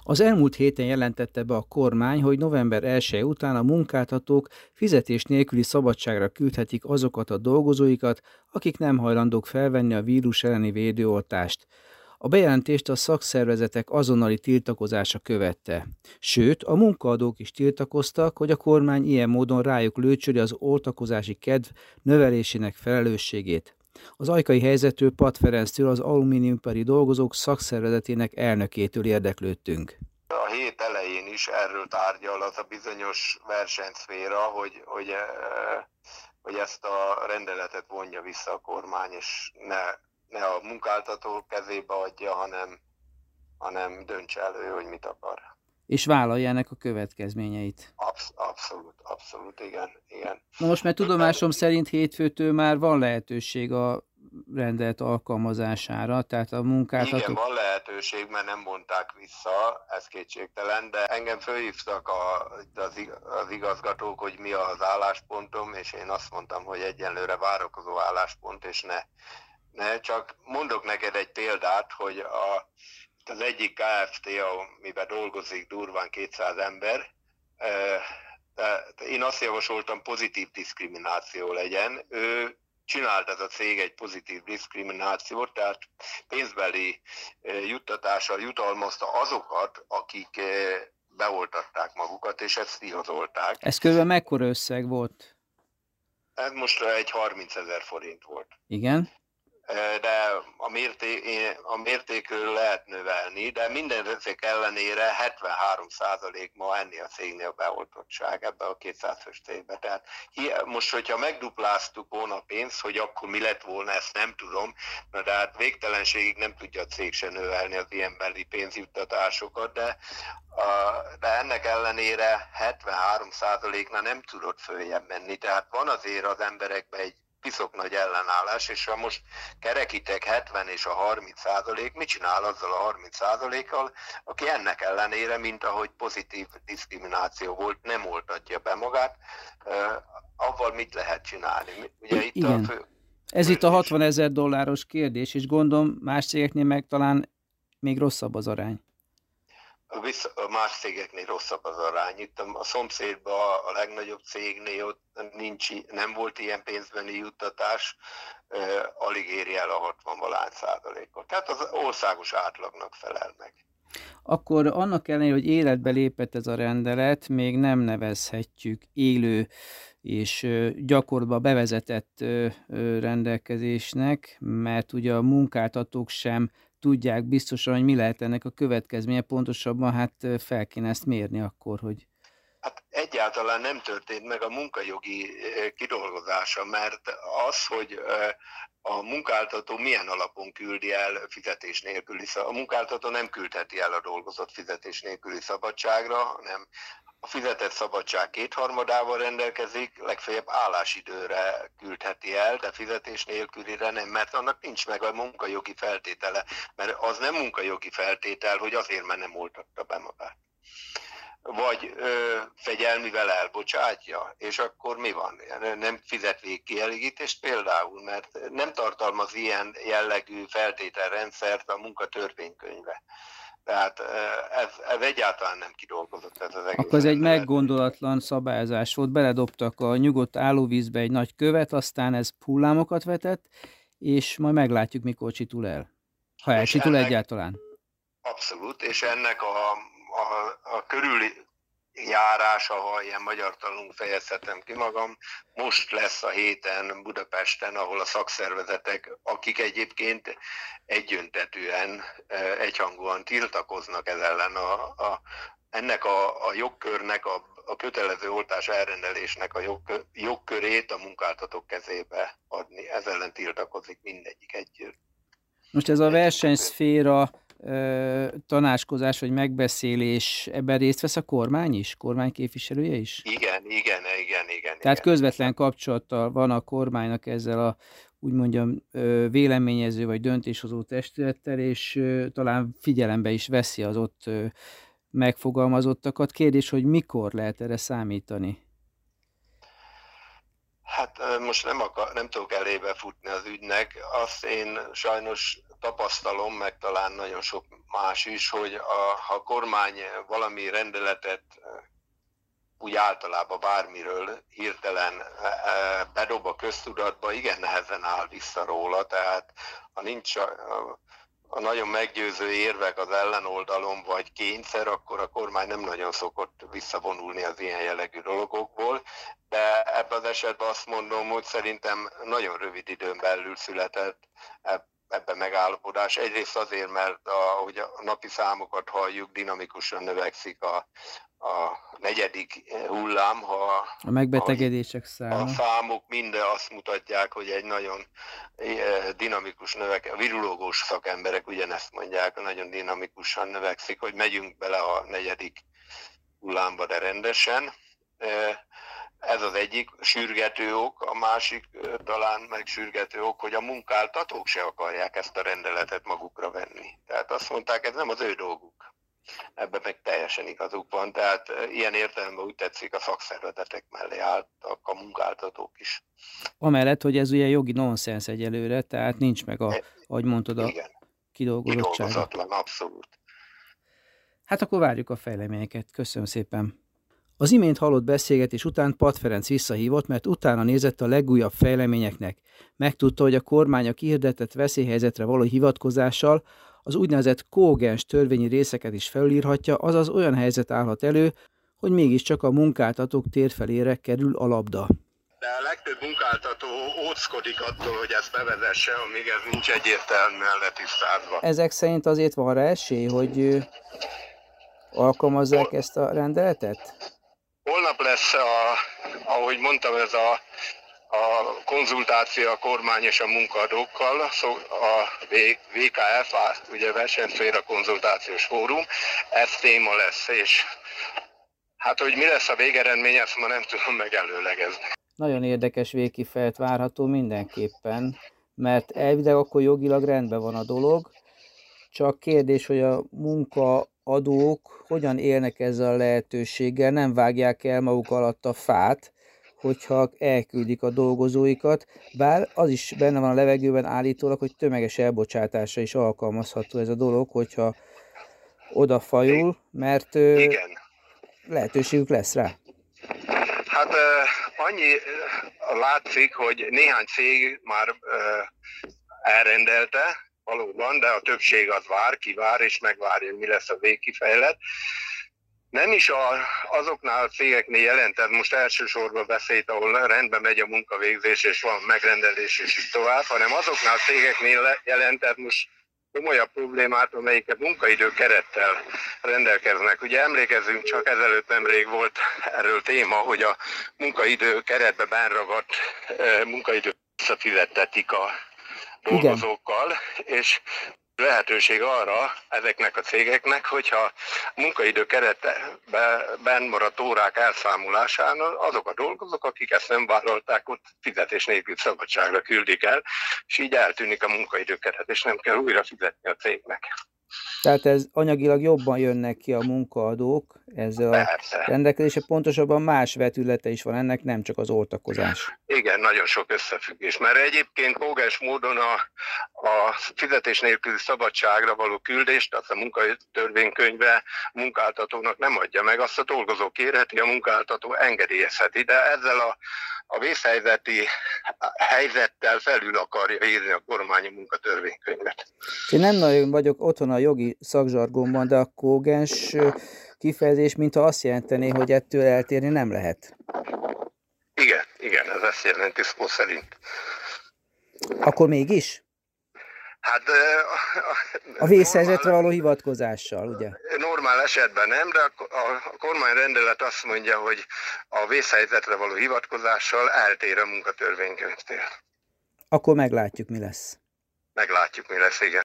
Az elmúlt héten jelentette be a kormány, hogy november 1 után a munkáltatók fizetés nélküli szabadságra küldhetik azokat a dolgozóikat, akik nem hajlandók felvenni a vírus elleni védőoltást. A bejelentést a szakszervezetek azonnali tiltakozása követte. Sőt, a munkaadók is tiltakoztak, hogy a kormány ilyen módon rájuk lőcsöli az oltakozási kedv növelésének felelősségét. Az ajkai helyzetről Patt Ferenctől, az alumíniumipari dolgozók szakszervezetének elnökétől érdeklődtünk. A hét elején is erről tárgyal az a bizonyos versenyszféra, hogy ezt a rendeletet vonja vissza a kormány, és ne a munkáltató kezébe adja, hanem döntse elő, hogy mit akar. És vállalja ennek a következményeit. Abszolút, igen. Na most, mert tudomásom szerint hétfőtől már van lehetőség a rendelet alkalmazására, tehát a munkáltatók... Igen, van lehetőség, mert nem mondták vissza, ez kétségtelen, de engem fölhívtak az igazgatók, hogy mi az álláspontom, és én azt mondtam, hogy egyenlőre várakozó álláspont, és ne. Csak mondok neked egy példát, hogy az egyik Kft., amiben dolgozik durván 200 ember, én azt javasoltam, pozitív diszkrimináció legyen. Ő csinált ez a cég egy pozitív diszkriminációt, tehát pénzbeli juttatással jutalmazta azokat, akik beoltatták magukat, és ezt díjazolták. Ez körülbelül mekkora összeg volt? Ez most egy 30 000 forint volt. Igen. De a mértékről lehet növelni, de minden ezek ellenére 73% ma ennél a cégnél beoltottság ebbe a 200 fős cégbe. Tehát most, hogyha megdupláztuk volna a pénzt, hogy akkor mi lett volna, ezt nem tudom, de hát végtelenségig nem tudja a cég se növelni az ilyenbeli pénzjuttatásokat, de ennek ellenére 73%-nál nem tudott följebb menni. Tehát van azért az emberekben egy piszok nagy ellenállás, és ha most kerekítek 70 és a 30%, mit csinál azzal a 30%-kal, aki ennek ellenére, mint ahogy pozitív diszkrimináció volt, nem oltatja be magát, avval mit lehet csinálni? Ugye igen. Ez itt a $60,000 kérdés, és gondolom más cégeknél meg talán még rosszabb az arány. Más cégeknél rosszabb az arány. Itt a szomszédban a legnagyobb cégnél ott nem volt ilyen pénzbeni juttatás, alig éri el a 60%-ot. Tehát az országos átlagnak felel meg. Akkor annak ellenére, hogy életbe lépett ez a rendelet, még nem nevezhetjük élő és gyakorlatban bevezetett rendelkezésnek, mert ugye a munkáltatók sem tudják biztosan, hogy mi lehet ennek a következménye, pontosabban hát fel kéne ezt mérni akkor, hogy... Hát egyáltalán nem történt meg a munkajogi kidolgozása, mert az, hogy a munkáltató milyen alapon küldi el fizetés nélküli, a munkáltató nem küldheti el a dolgozót fizetés nélküli szabadságra, hanem a fizetett szabadság 2/3-ával rendelkezik, legfeljebb állásidőre küldheti el, de fizetés nélkülire nem, mert annak nincs meg a munkajogi feltétele, mert az nem munkajogi feltétel, hogy azért, mert nem oltatta be magát. Vagy fegyelmivel elbocsátja, és akkor mi van? Nem fizet végkielégítést például, mert nem tartalmaz ilyen jellegű feltételrendszert a munkatörvénykönyve. Tehát ez egyáltalán nem kidolgozott ez az egész. Akkor ez egy meggondolatlan szabályozás volt, beledobtak a nyugodt állóvízbe egy nagy követ, aztán ez hullámokat vetett, és majd meglátjuk, mikor csitul el. Ha elcsitul egyáltalán. Abszolút, és ennek a körüli járása, ha ilyen magyartalanul fejezhetem ki magam, most lesz a héten Budapesten, ahol a szakszervezetek, akik egyébként egyöntetűen, egyhangúan tiltakoznak ez ellen ennek a jogkörnek, a kötelező oltás elrendelésnek a jogkörét a munkáltatók kezébe adni. Ez ellen tiltakozik mindegyik együtt. Most ez a versenyszféra tanácskozás vagy megbeszélés, ebben részt vesz a kormány is? Kormány képviselője is? Igen. Tehát közvetlen kapcsolattal van a kormánynak ezzel a úgy mondjam véleményező vagy döntéshozó testülettel, és talán figyelembe is veszi az ott megfogalmazottakat. Kérdés, hogy mikor lehet erre számítani? Hát most nem tudok elébe futni az ügynek. Azt én sajnos tapasztalom, meg talán nagyon sok más is, hogy ha a kormány valami rendeletet úgy általában bármiről hirtelen bedob a köztudatba, igen nehezen áll vissza róla, tehát ha nincs a nagyon meggyőző érvek az ellenoldalon, vagy kényszer, akkor a kormány nem nagyon szokott visszavonulni az ilyen jellegű dolgokból, de ebben az esetben azt mondom, hogy szerintem nagyon rövid időn belül született ebben megállapodás. Egyrészt azért, mert ahogy a napi számokat halljuk, dinamikusan növekszik a negyedik hullám, A megbetegedések száma. A számok mind azt mutatják, hogy egy nagyon dinamikus a virológus szakemberek ugyanezt mondják, nagyon dinamikusan növekszik, hogy megyünk bele a negyedik hullámba, de rendesen. Ez az egyik sürgető ok, a másik talán megsürgető ok, hogy a munkáltatók se akarják ezt a rendeletet magukra venni. Tehát azt mondták, ez nem az ő dolguk. Ebben meg teljesen igazuk van, tehát ilyen értelemben úgy tetszik, a szakszervezetek mellé álltak a munkáltatók is. Amellett, hogy ez ugye jogi nonsens egyelőre, tehát nincs meg ahogy mondtad, a kidolgozottsága. Kidolgozatlan, abszolút. Hát akkor várjuk a fejleményeket. Köszönöm szépen. Az imént hallott beszélgetés után Patt Ferenc visszahívott, mert utána nézett a legújabb fejleményeknek. Megtudta, hogy a kormány a kihirdetett veszélyhelyzetre való hivatkozással az úgynevezett kógens törvényi részeket is felülírhatja, azaz olyan helyzet állhat elő, hogy mégiscsak a munkáltatók térfelére kerül a labda. De a legtöbb munkáltató óckodik attól, hogy ezt bevezesse, amíg ez nincs egyértelműen letisztázva. Ezek szerint azért van rá esély, hogy alkalmazzák ezt a rendeletet? Holnap lesz, ahogy mondtam, ez a konzultáció a kormány és a munkaadókkal, a VKF, ugye Versenyszféra Konzultációs Fórum, ez téma lesz, és hát, hogy mi lesz a végeredmény, ezt ma nem tudom megelőlegezni. Nagyon érdekes végkifejlet várható mindenképpen, mert elvileg akkor jogilag rendben van a dolog, csak kérdés, hogy a munkaadók hogyan élnek ezzel a lehetőséggel, nem vágják el maguk alatt a fát, hogyha elküldik a dolgozóikat, bár az is benne van a levegőben állítólag, hogy tömeges elbocsátásra is alkalmazható ez a dolog, hogyha odafajul, mert lehetőségük lesz rá. Hát annyi látszik, hogy néhány cég már elrendelte, valóban, de a többség az kivár és megvárja, hogy mi lesz a végkifejlet. Nem is azoknál a cégeknél jelentett, most elsősorban beszélt, ahol rendben megy a munkavégzés, és van megrendelés, és így tovább, hanem azoknál a cégeknél jelentett most komolyabb problémát, amelyik munkaidő kerettel rendelkeznek. Ugye emlékezzünk, csak ezelőtt nemrég volt erről téma, hogy a munkaidő keretbe benragadt munkaidőt visszafizettetik a dolgozókkal, és lehetőség arra ezeknek a cégeknek, hogyha munkaidő keretben maradt órák elszámolásánál azok a dolgozók, akik ezt nem vállalták, ott fizetés nélkül szabadságra küldik el, és így eltűnik a munkaidő keret, és nem kell újra fizetni a cégnek. Tehát ez anyagilag jobban jönnek ki a munkaadók ezzel a rendelkezésre, pontosabban más vetülete is van ennek, nem csak az oltakozás. Igen, nagyon sok összefüggés, mert egyébként kógens módon a fizetés nélküli szabadságra való küldést, azt a munkatörvénykönyve munkáltatónak nem adja meg, azt a dolgozó kérheti, a munkáltató engedélyezheti, de ezzel a vészhelyzeti helyzettel felül akarja írni a kormány a munkatörvénykönyvet. Én nem nagyon vagyok otthon a jogi szakzsargonban, de a kógens kifejezés, mintha azt jelenteni, hogy ettől eltérni nem lehet. Igen, ez ezt jelenti szó szerint. Akkor mégis? Hát a vészhelyzetre való hivatkozással, ugye? Normál esetben nem, de a kormányrendelet azt mondja, hogy a vészhelyzetre való hivatkozással eltér a munkatörvénykönyvtől. Akkor meglátjuk, mi lesz. Meglátjuk, mi lesz, igen.